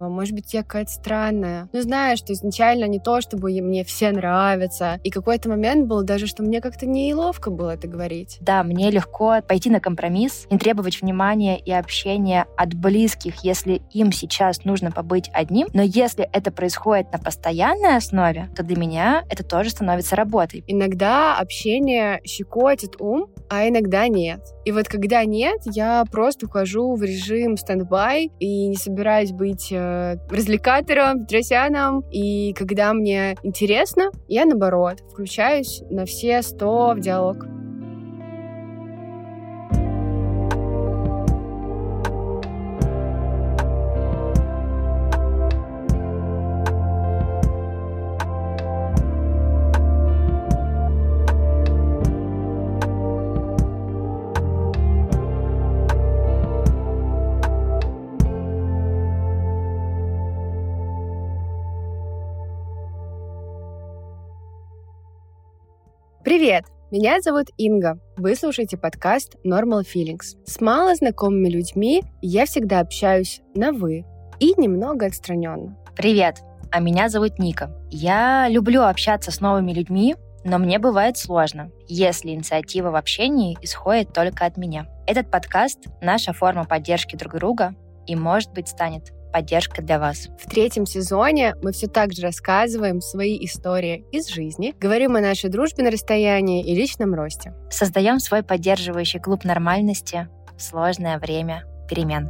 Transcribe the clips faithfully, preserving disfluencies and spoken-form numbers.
может быть, я какая-то странная. Но знаю, что изначально не то, чтобы мне все нравятся. И какой-то момент был даже, что мне как-то неловко было это говорить. Да, мне легко пойти на компромисс, не требовать внимания и общения от близких, если им сейчас нужно побыть одним. Но если это происходит на постоянной основе, то для меня это тоже становится работой. Иногда общение щекотит ум, а иногда нет. И вот когда нет, я просто ухожу в режим стендбай и не собираюсь быть э, развлекатором, петросяном. И когда мне интересно, я, наоборот, включаюсь на все сто в диалог. Привет! Меня зовут Инга. Вы слушаете подкаст Normal Feelings. С малознакомыми людьми я всегда общаюсь на «вы» и немного отстраненно. Привет! А меня зовут Ника. Я люблю общаться с новыми людьми, но мне бывает сложно, если инициатива в общении исходит только от меня. Этот подкаст — наша форма поддержки друг друга и, может быть, станет поддержка для вас. В третьем сезоне мы все так же рассказываем свои истории из жизни, говорим о нашей дружбе на расстоянии и личном росте. Создаем свой поддерживающий клуб нормальности в сложное время перемен.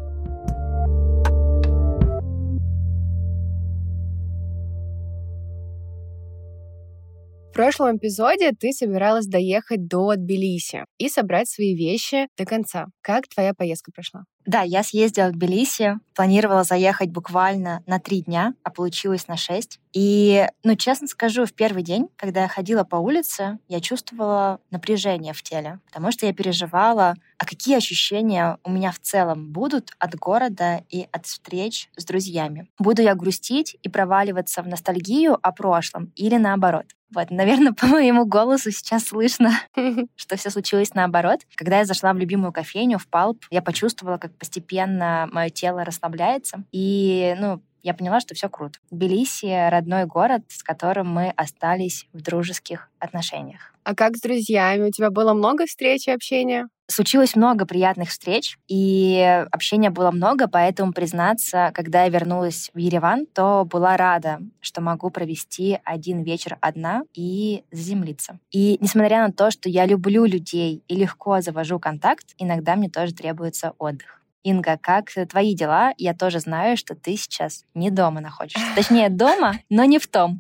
В прошлом эпизоде ты собиралась доехать до Тбилиси и собрать свои вещи до конца. Как твоя поездка прошла? Да, я съездила в Тбилиси, планировала заехать буквально на три дня, а получилось на шесть. И, ну, честно скажу, в первый день, когда я ходила по улице, я чувствовала напряжение в теле, потому что я переживала, а какие ощущения у меня в целом будут от города и от встреч с друзьями. Буду я грустить и проваливаться в ностальгию о прошлом или наоборот? Вот, наверное, по моему голосу сейчас слышно, что все случилось наоборот. Когда я зашла в любимую кофейню, в Палп, я почувствовала, как постепенно мое тело расслабляется. И, ну, я поняла, что все круто. Тбилиси — родной город, с которым мы остались в дружеских отношениях. А как с друзьями? У тебя было много встреч и общения? Случилось много приятных встреч, и общения было много, поэтому, признаться, когда я вернулась в Ереван, то была рада, что могу провести один вечер одна и заземлиться. И несмотря на то, что я люблю людей и легко завожу контакт, иногда мне тоже требуется отдых. Инга, как твои дела? Я тоже знаю, что ты сейчас не дома находишься. Точнее, дома, но не в том.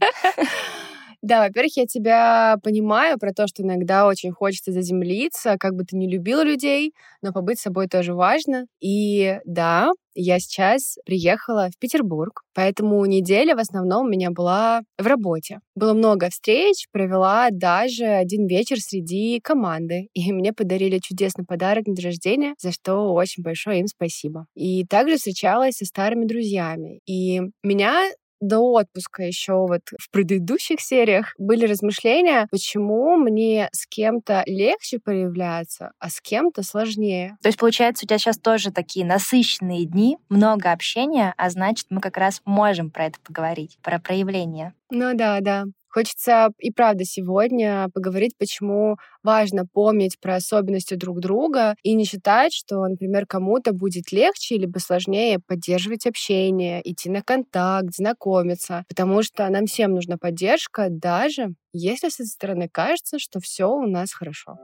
Да, во-первых, я тебя понимаю про то, что иногда очень хочется заземлиться, как бы ты ни любила людей, но побыть с собой тоже важно. И да, я сейчас приехала в Петербург, поэтому неделя в основном у меня была в работе. Было много встреч, провела даже один вечер среди команды, и мне подарили чудесный подарок на день рождения, за что очень большое им спасибо. И также встречалась со старыми друзьями. И меня до отпуска еще вот в предыдущих сериях были размышления, почему мне с кем-то легче появляться, а с кем-то сложнее. То есть, получается, у тебя сейчас тоже такие насыщенные дни, много общения, а значит, мы как раз можем про это поговорить, про проявление. Ну да, да. Хочется и правда сегодня поговорить, почему важно помнить про особенности друг друга и не считать, что, например, кому-то будет легче либо сложнее поддерживать общение, идти на контакт, знакомиться, потому что нам всем нужна поддержка, даже если со стороны кажется, что все у нас хорошо.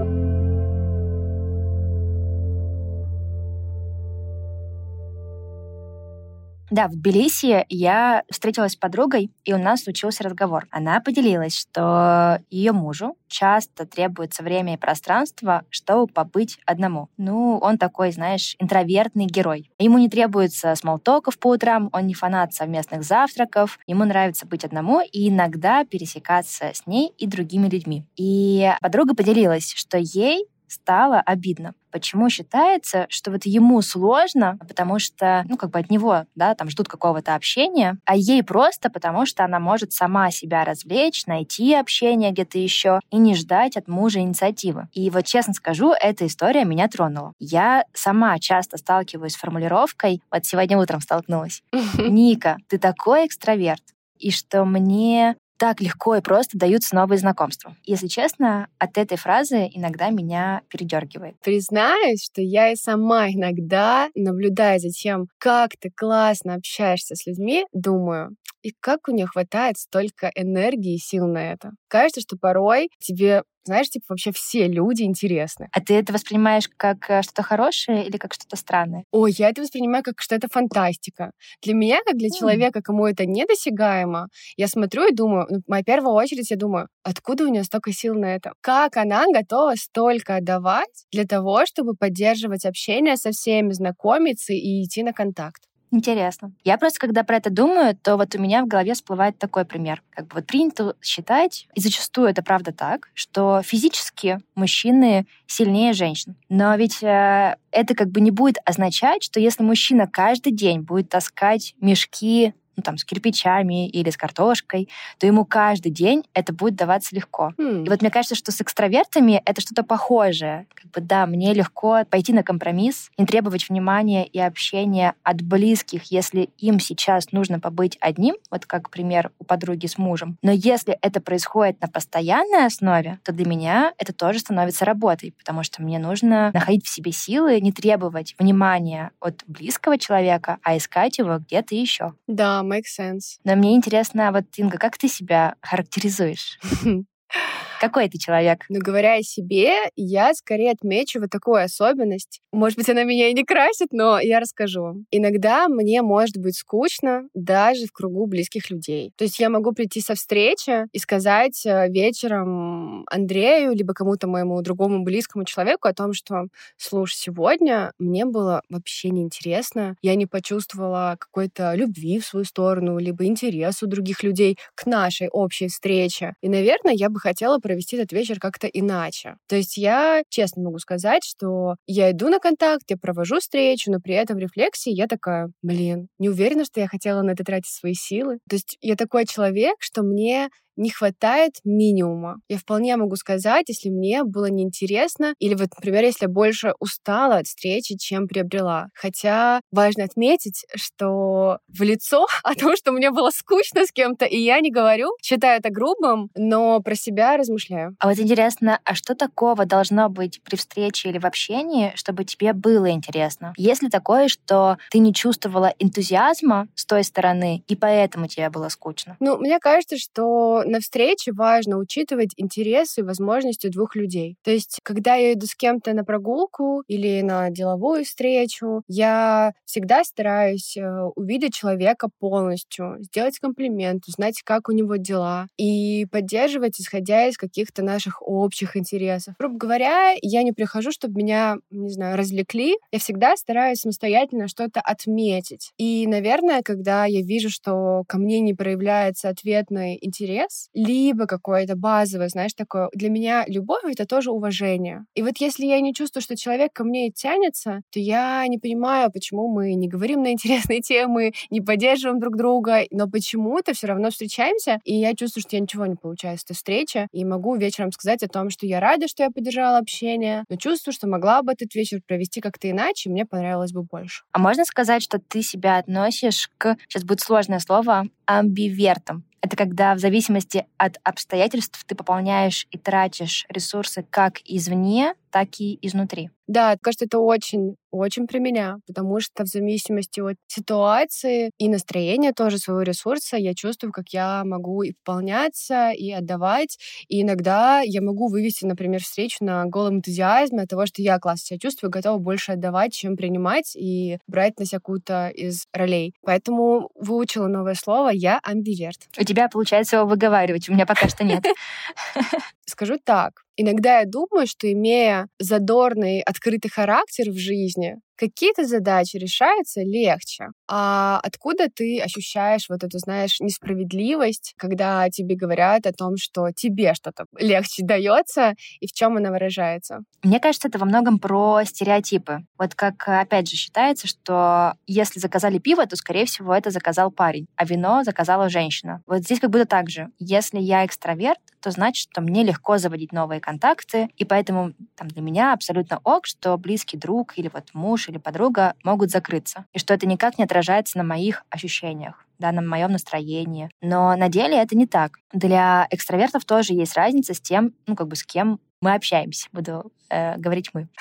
Да, в Тбилиси я встретилась с подругой, и у нас случился разговор. Она поделилась, что ее мужу часто требуется время и пространство, чтобы побыть одному. Ну, он такой, знаешь, интровертный герой. Ему не требуется смолтоков по утрам, он не фанат совместных завтраков, ему нравится быть одному и иногда пересекаться с ней и другими людьми. И подруга поделилась, что ей стало обидно. Почему считается, что вот ему сложно, потому что, ну, как бы от него, да, там ждут какого-то общения, а ей просто потому, что она может сама себя развлечь, найти общение где-то еще и не ждать от мужа инициативы. И вот честно скажу, эта история меня тронула. Я сама часто сталкиваюсь с формулировкой, вот сегодня утром столкнулась. «Ника, ты такой экстраверт», и что мне так легко и просто даются новые знакомства. Если честно, от этой фразы иногда меня передергивает. Признаюсь, что я и сама иногда, наблюдая за тем, как ты классно общаешься с людьми, думаю, и как у нее хватает столько энергии и сил на это. Кажется, что порой тебе, знаешь, типа вообще все люди интересны. А ты это воспринимаешь как э, что-то хорошее или как что-то странное? Ой, я это воспринимаю как что это фантастика. Для меня, как для М. человека, кому это недосягаемо, я смотрю и думаю, ну, моя первая очередь, я думаю, откуда у нее столько сил на это? Как она готова столько отдавать для того, чтобы поддерживать общение со всеми, знакомиться и идти на контакт? Интересно. Я просто, когда про это думаю, то вот у меня в голове всплывает такой пример. Как бы вот принято считать, и зачастую это правда так, что физически мужчины сильнее женщин. Но ведь э, это как бы не будет означать, что если мужчина каждый день будет таскать мешки, ну, там, с кирпичами или с картошкой, то ему каждый день это будет даваться легко. Хм. И вот мне кажется, что с экстравертами это что-то похожее. Как бы, да, мне легко пойти на компромисс, не требовать внимания и общения от близких, если им сейчас нужно побыть одним, вот как пример у подруги с мужем. Но если это происходит на постоянной основе, то для меня это тоже становится работой, потому что мне нужно находить в себе силы, не требовать внимания от близкого человека, а искать его где-то еще. Да, makes sense. Но мне интересно, вот, Инга, как ты себя характеризуешь? Какой ты человек? Но говоря о себе, я скорее отмечу вот такую особенность. Может быть, она меня и не красит, но я расскажу. Иногда мне может быть скучно даже в кругу близких людей. То есть я могу прийти со встречи и сказать вечером Андрею, либо кому-то моему другому близкому человеку о том, что, слушай, сегодня мне было вообще неинтересно, я не почувствовала какой-то любви в свою сторону, либо интерес у других людей к нашей общей встрече. И, наверное, я бы хотела провести этот вечер как-то иначе. То есть я честно могу сказать, что я иду на контакт, я провожу встречу, но при этом в рефлексии я такая, блин, не уверена, что я хотела на это тратить свои силы. То есть я такой человек, что мне не хватает минимума. Я вполне могу сказать, если мне было неинтересно, или вот, например, если я больше устала от встречи, чем приобрела. Хотя важно отметить, что в лицо о том, что мне было скучно с кем-то, и я не говорю, считаю это грубым, но про себя размышляю. А вот интересно, а что такого должно быть при встрече или в общении, чтобы тебе было интересно? Есть ли такое, что ты не чувствовала энтузиазма с той стороны, и поэтому тебе было скучно? Ну, мне кажется, что на встрече важно учитывать интересы и возможности двух людей. То есть, когда я иду с кем-то на прогулку или на деловую встречу, я всегда стараюсь э, увидеть человека полностью, сделать комплимент, узнать, как у него дела, и поддерживать, исходя из каких-то наших общих интересов. Грубо говоря, я не прихожу, чтобы меня, не знаю, развлекли. Я всегда стараюсь самостоятельно что-то отметить. И, наверное, когда я вижу, что ко мне не проявляется ответный интерес, либо какое-то базовое, знаешь, такое. Для меня любовь — это тоже уважение. И вот если я не чувствую, что человек ко мне тянется, то я не понимаю, почему мы не говорим на интересные темы, не поддерживаем друг друга, но почему-то все равно встречаемся, и я чувствую, что я ничего не получаю с этой встречи, и могу вечером сказать о том, что я рада, что я поддержала общение, но чувствую, что могла бы этот вечер провести как-то иначе, и мне понравилось бы больше. А можно сказать, что ты себя относишь к, сейчас будет сложное слово, амбивертам? Это когда в зависимости от обстоятельств ты пополняешь и тратишь ресурсы как извне, так и изнутри. Да, кажется, это очень, очень про меня, потому что в зависимости от ситуации и настроения тоже своего ресурса я чувствую, как я могу и пополняться, и отдавать. И иногда я могу вывести, например, встречу на голом энтузиазме от того, что я классно себя чувствую, готова больше отдавать, чем принимать, и брать на себя какую-то из ролей. Поэтому выучила новое слово «я амбиверт». У тебя получается его выговаривать, у меня пока что нет. Скажу так. Иногда я думаю, что, имея задорный, открытый характер в жизни, какие-то задачи решаются легче. А откуда ты ощущаешь вот эту, знаешь, несправедливость, когда тебе говорят о том, что тебе что-то легче дается, и в чем она выражается? Мне кажется, это во многом про стереотипы. Вот как, опять же, считается, что если заказали пиво, то, скорее всего, это заказал парень, а вино заказала женщина. Вот здесь как будто так же. Если я экстраверт, то значит, что мне легко заводить новые контакты, и поэтому там, для меня абсолютно ок, что близкий друг или вот муж или подруга могут закрыться, и что это никак не отражается на моих ощущениях, да, на моем настроении. Но на деле это не так. Для экстравертов тоже есть разница с тем, ну, как бы с кем мы общаемся. Буду э, говорить мы.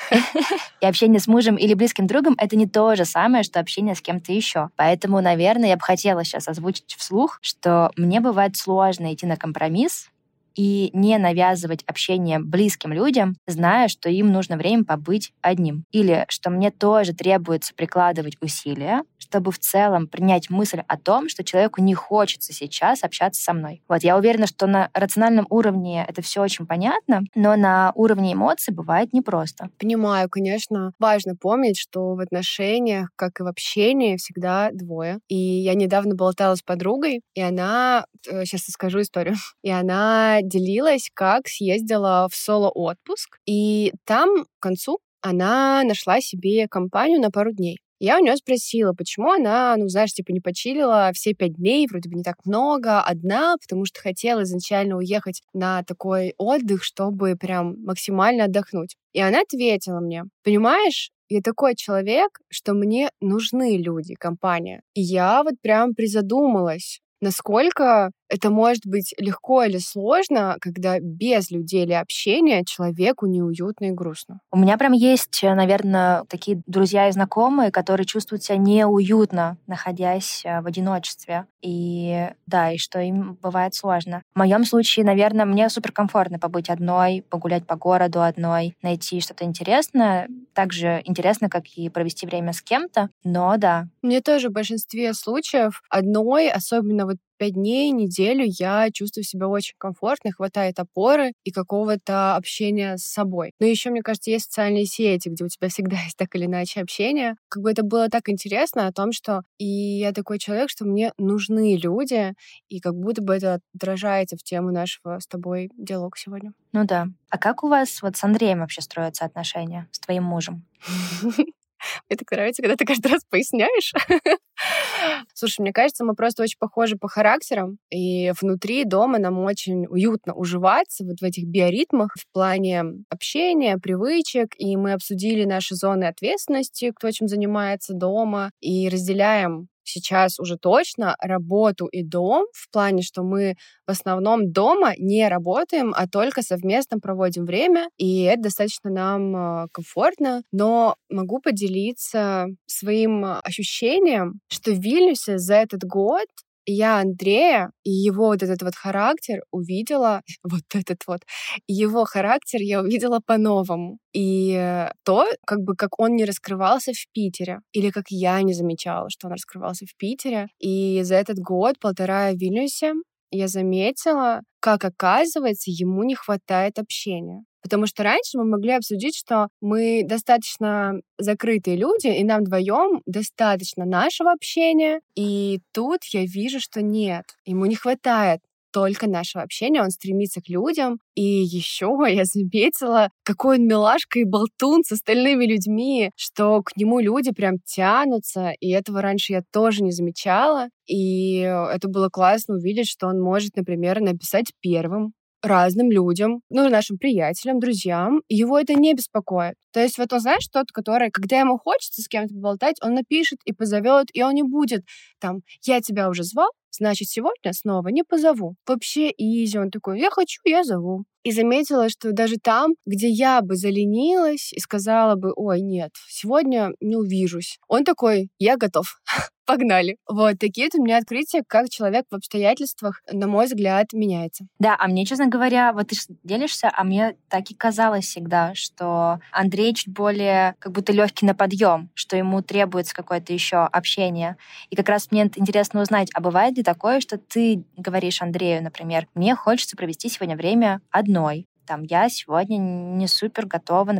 И общение с мужем или близким другом — это не то же самое, что общение с кем-то еще. Поэтому, наверное, я бы хотела сейчас озвучить вслух, что мне бывает сложно идти на компромисс и не навязывать общение близким людям, зная, что им нужно время побыть одним. Или что мне тоже требуется прикладывать усилия, чтобы в целом принять мысль о том, что человеку не хочется сейчас общаться со мной. Вот, я уверена, что на рациональном уровне это все очень понятно, но на уровне эмоций бывает непросто. Понимаю, конечно. Важно помнить, что в отношениях, как и в общении, всегда двое. И я недавно болтала с подругой, и она... Сейчас расскажу историю. И она делилась, как съездила в соло-отпуск. И там к концу она нашла себе компанию на пару дней. Я у нее спросила, почему она, ну, знаешь, типа не почилила все пять дней, вроде бы не так много, одна, потому что хотела изначально уехать на такой отдых, чтобы прям максимально отдохнуть. И она ответила мне: понимаешь, я такой человек, что мне нужны люди, компания. И я вот прям призадумалась, насколько это может быть легко или сложно, когда без людей или общения человеку неуютно и грустно. У меня прям есть, наверное, такие друзья и знакомые, которые чувствуют себя неуютно, находясь в одиночестве. И да, и что им бывает сложно. В моем случае, наверное, мне суперкомфортно побыть одной, погулять по городу одной, найти что-то интересное. Так же интересно, как и провести время с кем-то. Но да. Мне тоже в большинстве случаев одной, особенно вот пять дней, неделю, я чувствую себя очень комфортно, хватает опоры и какого-то общения с собой. Но еще, мне кажется, есть социальные сети, где у тебя всегда есть так или иначе общение. Как бы это было так интересно о том, что и я такой человек, что мне нужны люди, и как будто бы это отражается в тему нашего с тобой диалога сегодня. Ну да. А как у вас вот с Андреем вообще строятся отношения, с твоим мужем? Мне так нравится, когда ты каждый раз поясняешь. Слушай, мне кажется, мы просто очень похожи по характерам, и внутри дома нам очень уютно уживаться вот в этих биоритмах в плане общения, привычек, и мы обсудили наши зоны ответственности, кто чем занимается дома, и разделяем сейчас уже точно работу и дом в плане, что мы в основном дома не работаем, а только совместно проводим время, и это достаточно нам комфортно. Но могу поделиться своим ощущением, что в Вильнюсе за этот год я Андрея и его вот этот вот характер увидела, вот этот вот, его характер я увидела по-новому. И то, как бы, как он не раскрывался в Питере, или как я не замечала, что он раскрывался в Питере. И за этот год, полтора в Вильнюсе, я заметила, как, оказывается, ему не хватает общения. Потому что раньше мы могли обсудить, что мы достаточно закрытые люди, и нам вдвоем достаточно нашего общения. И тут я вижу, что нет, ему не хватает только нашего общения, он стремится к людям. И еще я заметила, какой он милашка и болтун с остальными людьми, что к нему люди прям тянутся, и этого раньше я тоже не замечала. И это было классно увидеть, что он может, например, написать первым разным людям, ну, нашим приятелям, друзьям, и его это не беспокоит. То есть вот он, знаешь, тот, который, когда ему хочется с кем-то поболтать, он напишет и позовет, и он не будет там: я тебя уже звал, значит, сегодня снова не позову. Вообще изи. Он такой: я хочу, я зову. И заметила, что даже там, где я бы заленилась и сказала бы: ой, нет, сегодня не увижусь, он такой: я готов. Погнали. Вот такие вот у меня открытия, как человек в обстоятельствах, на мой взгляд, меняется. Да, а мне, честно говоря, вот ты делишься, а мне так и казалось всегда, что Андрей чуть более как будто легкий на подъем, что ему требуется какое-то еще общение. И как раз мне интересно узнать, а бывает ли такое, что ты говоришь Андрею, например: мне хочется провести сегодня время одной. Там, я сегодня не супер готова, например,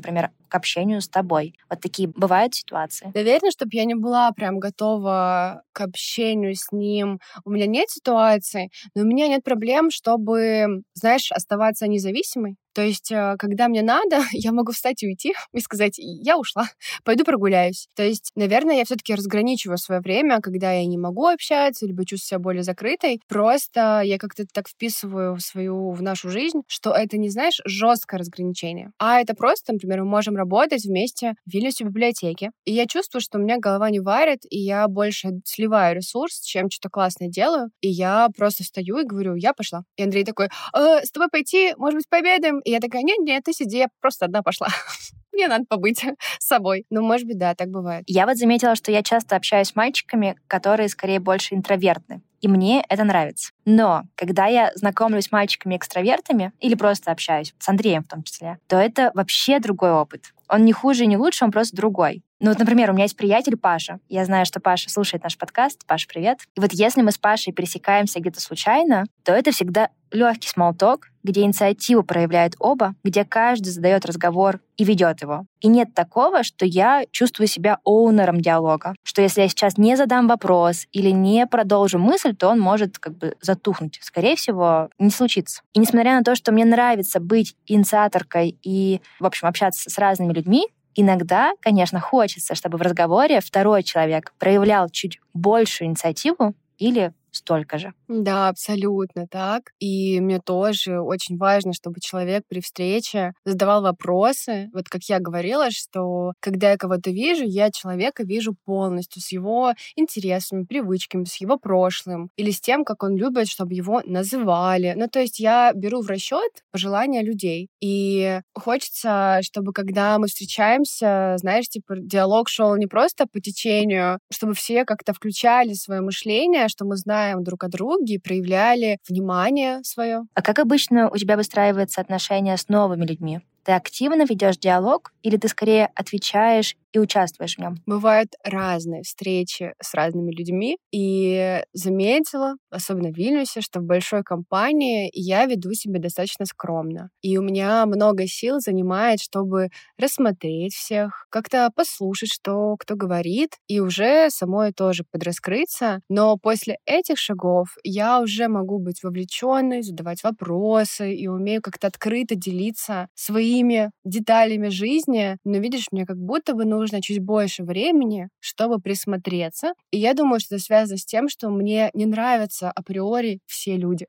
к общению с тобой. Вот такие бывают ситуации? Наверное, чтобы я не была прям готова к общению с ним. У меня нет ситуации, но у меня нет проблем, чтобы, знаешь, оставаться независимой. То есть, э, когда мне надо, я могу встать и уйти и сказать: я ушла, пойду прогуляюсь. То есть, наверное, я все-таки разграничиваю свое время, когда я не могу общаться, либо чувствую себя более закрытой. Просто я как-то так вписываю в свою, в нашу жизнь, что это не, знаешь, жесткое разграничение, а это просто, например, мы можем работать вместе в Вильнюсе в библиотеке. И я чувствую, что у меня голова не варит, и я больше сливаю ресурс, чем что-то классное делаю. И я просто встаю и говорю: я пошла. И Андрей такой: э, с тобой пойти, может быть, пообедаем? И я такая: нет-нет, ты сиди, я просто одна пошла. Мне надо побыть с собой. Ну, может быть, да, так бывает. Я вот заметила, что я часто общаюсь с мальчиками, которые скорее больше интровертны. И мне это нравится. Но когда я знакомлюсь с мальчиками-экстравертами или просто общаюсь, с Андреем в том числе, то это вообще другой опыт. Он не хуже и не лучше, он просто другой. Ну вот, например, у меня есть приятель Паша. Я знаю, что Паша слушает наш подкаст. Паша, привет. И вот если мы с Пашей пересекаемся где-то случайно, то это всегда легкий смолток, где инициативу проявляют оба, где каждый задает разговор и ведет его. И нет такого, что я чувствую себя оунером диалога, что если я сейчас не задам вопрос или не продолжу мысль, то он может как бы затухнуть. Скорее всего, не случится. И несмотря на то, что мне нравится быть инициаторкой и, в общем, общаться с разными людьми, иногда, конечно, хочется, чтобы в разговоре второй человек проявлял чуть большую инициативу или столько же. Да, абсолютно так. И мне тоже очень важно, чтобы человек при встрече задавал вопросы. Вот как я говорила, что когда я кого-то вижу, я человека вижу полностью, с его интересами, привычками, с его прошлым или с тем, как он любит, чтобы его называли. Ну, то есть я беру в расчет пожелания людей. И хочется, чтобы когда мы встречаемся, знаешь, типа диалог шел не просто по течению, чтобы все как-то включали свое мышление, что мы знаем друг о друге и проявляли внимание свое. А как обычно у тебя выстраивается отношения с новыми людьми? Ты активно ведешь диалог или ты скорее отвечаешь и участвуешь в нем? Бывают разные встречи с разными людьми, и заметила, особенно в Вильнюсе, что в большой компании я веду себя достаточно скромно. И у меня много сил занимает, чтобы рассмотреть всех, как-то послушать, что кто говорит, и уже самой тоже подраскрыться. Но после этих шагов я уже могу быть вовлеченной, задавать вопросы и умею как-то открыто делиться своими деталями жизни. Но видишь, мне как будто бы нужно чуть больше времени, чтобы присмотреться. И я думаю, что это связано с тем, что мне не нравятся априори все люди.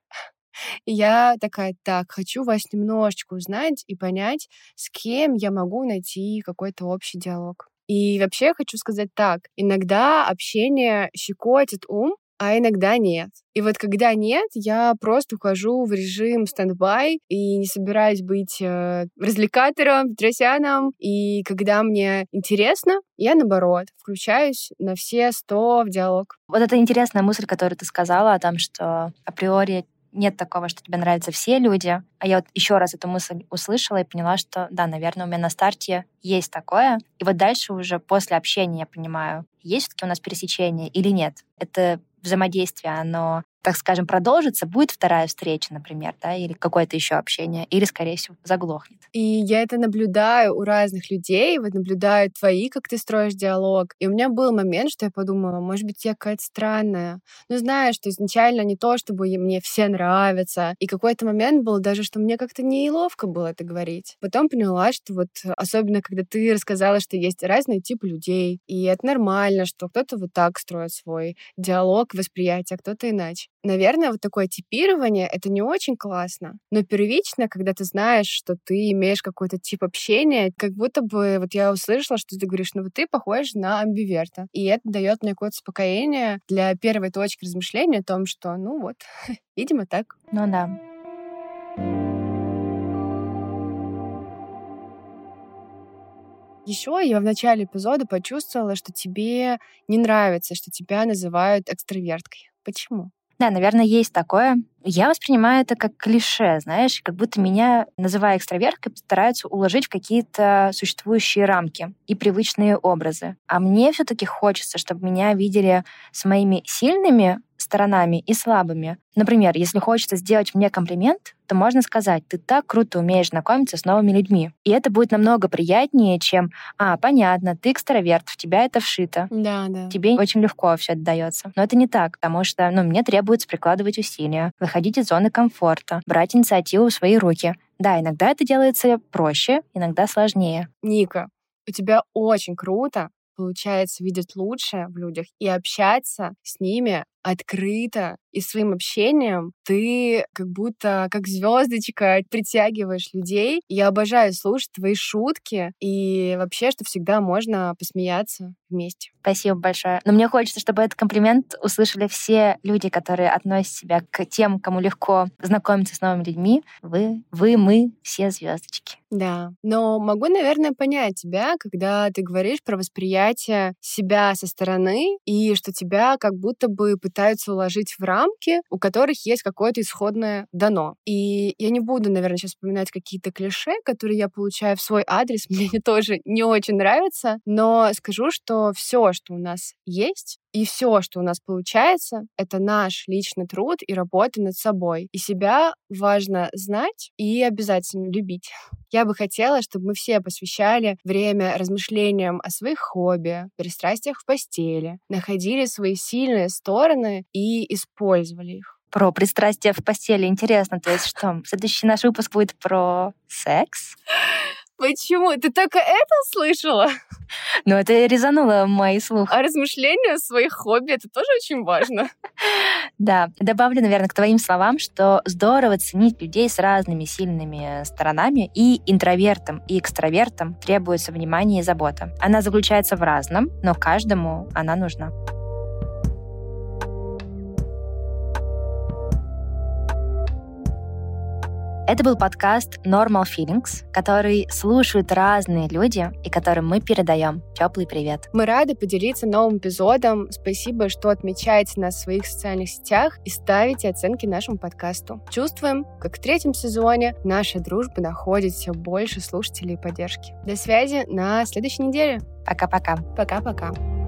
И я такая: так, хочу вас немножечко узнать и понять, с кем я могу найти какой-то общий диалог. И вообще я хочу сказать так: иногда общение щекотит ум, а иногда нет. И вот когда нет, я просто ухожу в режим стендбай и не собираюсь быть э, развлекатором, петросяном. И когда мне интересно, я, наоборот, включаюсь на все сто в диалог. Вот это интересная мысль, которую ты сказала о том, что априори нет такого, что тебе нравятся все люди. А я вот еще раз эту мысль услышала и поняла, что да, наверное, у меня на старте есть такое. И вот дальше уже после общения я понимаю, есть все-таки у нас пересечение или нет. Это взаимодействие, оно, так скажем, продолжится, будет вторая встреча, например, да, или какое-то еще общение, или, скорее всего, заглохнет. И я это наблюдаю у разных людей, вот наблюдаю твои, как ты строишь диалог. И у меня был момент, что я подумала: может быть, я какая-то странная. Ну, знаешь, что изначально не то, чтобы мне все нравятся. И какой-то момент был даже, что мне как-то неловко было это говорить. Потом поняла, что вот особенно, когда ты рассказала, что есть разные типы людей, и это нормально, что кто-то вот так строит свой диалог, восприятие, а кто-то иначе. Наверное, вот такое типирование — это не очень классно. Но первично, когда ты знаешь, что ты имеешь какой-то тип общения, как будто бы вот я услышала, что ты говоришь: ну вот ты похож на амбиверта. И это дает мне какое-то успокоение для первой точки размышления о том, что ну вот, видимо, так. Ну да. Еще я в начале эпизода почувствовала, что тебе не нравится, что тебя называют экстраверткой. Почему? Да, наверное, есть такое. Я воспринимаю это как клише, знаешь, как будто меня, называя экстраверткой, стараются уложить в какие-то существующие рамки и привычные образы. А мне все-таки хочется, чтобы меня видели с моими сильными сторонами и слабыми. Например, если хочется сделать мне комплимент, то можно сказать: ты так круто умеешь знакомиться с новыми людьми. И это будет намного приятнее, чем: а, понятно, ты экстраверт, в тебя это вшито. Да, да. Тебе очень легко все это дается. Но это не так, потому что ну, мне требуется прикладывать усилия, выходить из зоны комфорта, брать инициативу в свои руки. Да, иногда это делается проще, иногда сложнее. Ника, у тебя очень круто получается видеть лучшее в людях и общаться с ними открыто. И своим общением ты как будто как звездочка притягиваешь людей. Я обожаю слушать твои шутки и вообще, что всегда можно посмеяться вместе. Спасибо большое. Но мне хочется, чтобы этот комплимент услышали все люди, которые относят себя к тем, кому легко знакомиться с новыми людьми. Вы, вы, мы, все звездочки. Да. Но могу, наверное, понять тебя, когда ты говоришь про восприятие себя со стороны и что тебя как будто бы пытаются уложить в рамки, у которых есть какое-то исходное дано. И я не буду, наверное, сейчас вспоминать какие-то клише, которые я получаю в свой адрес. Мне они тоже не очень нравятся, но скажу, что все, что у нас есть, и все, что у нас получается, это наш личный труд и работа над собой. И себя важно знать и обязательно любить. Я бы хотела, чтобы мы все посвящали время размышлениям о своих хобби, пристрастиях в постели, находили свои сильные стороны и использовали их. Про пристрастие в постели интересно. То есть что, следующий наш выпуск будет про секс? Почему? Ты только это слышала? Ну, это резануло мой слух. А размышления о своих хобби — это тоже очень важно. Да. Добавлю, наверное, к твоим словам, что здорово ценить людей с разными сильными сторонами, и интровертам, и экстравертам требуется внимание и забота. Она заключается в разном, но каждому она нужна. Это был подкаст Normal Feelings, который слушают разные люди и которым мы передаем теплый привет. Мы рады поделиться новым эпизодом. Спасибо, что отмечаете нас в своих социальных сетях и ставите оценки нашему подкасту. Чувствуем, как в третьем сезоне наша дружба находит все больше слушателей и поддержки. До связи на следующей неделе. Пока-пока. Пока-пока.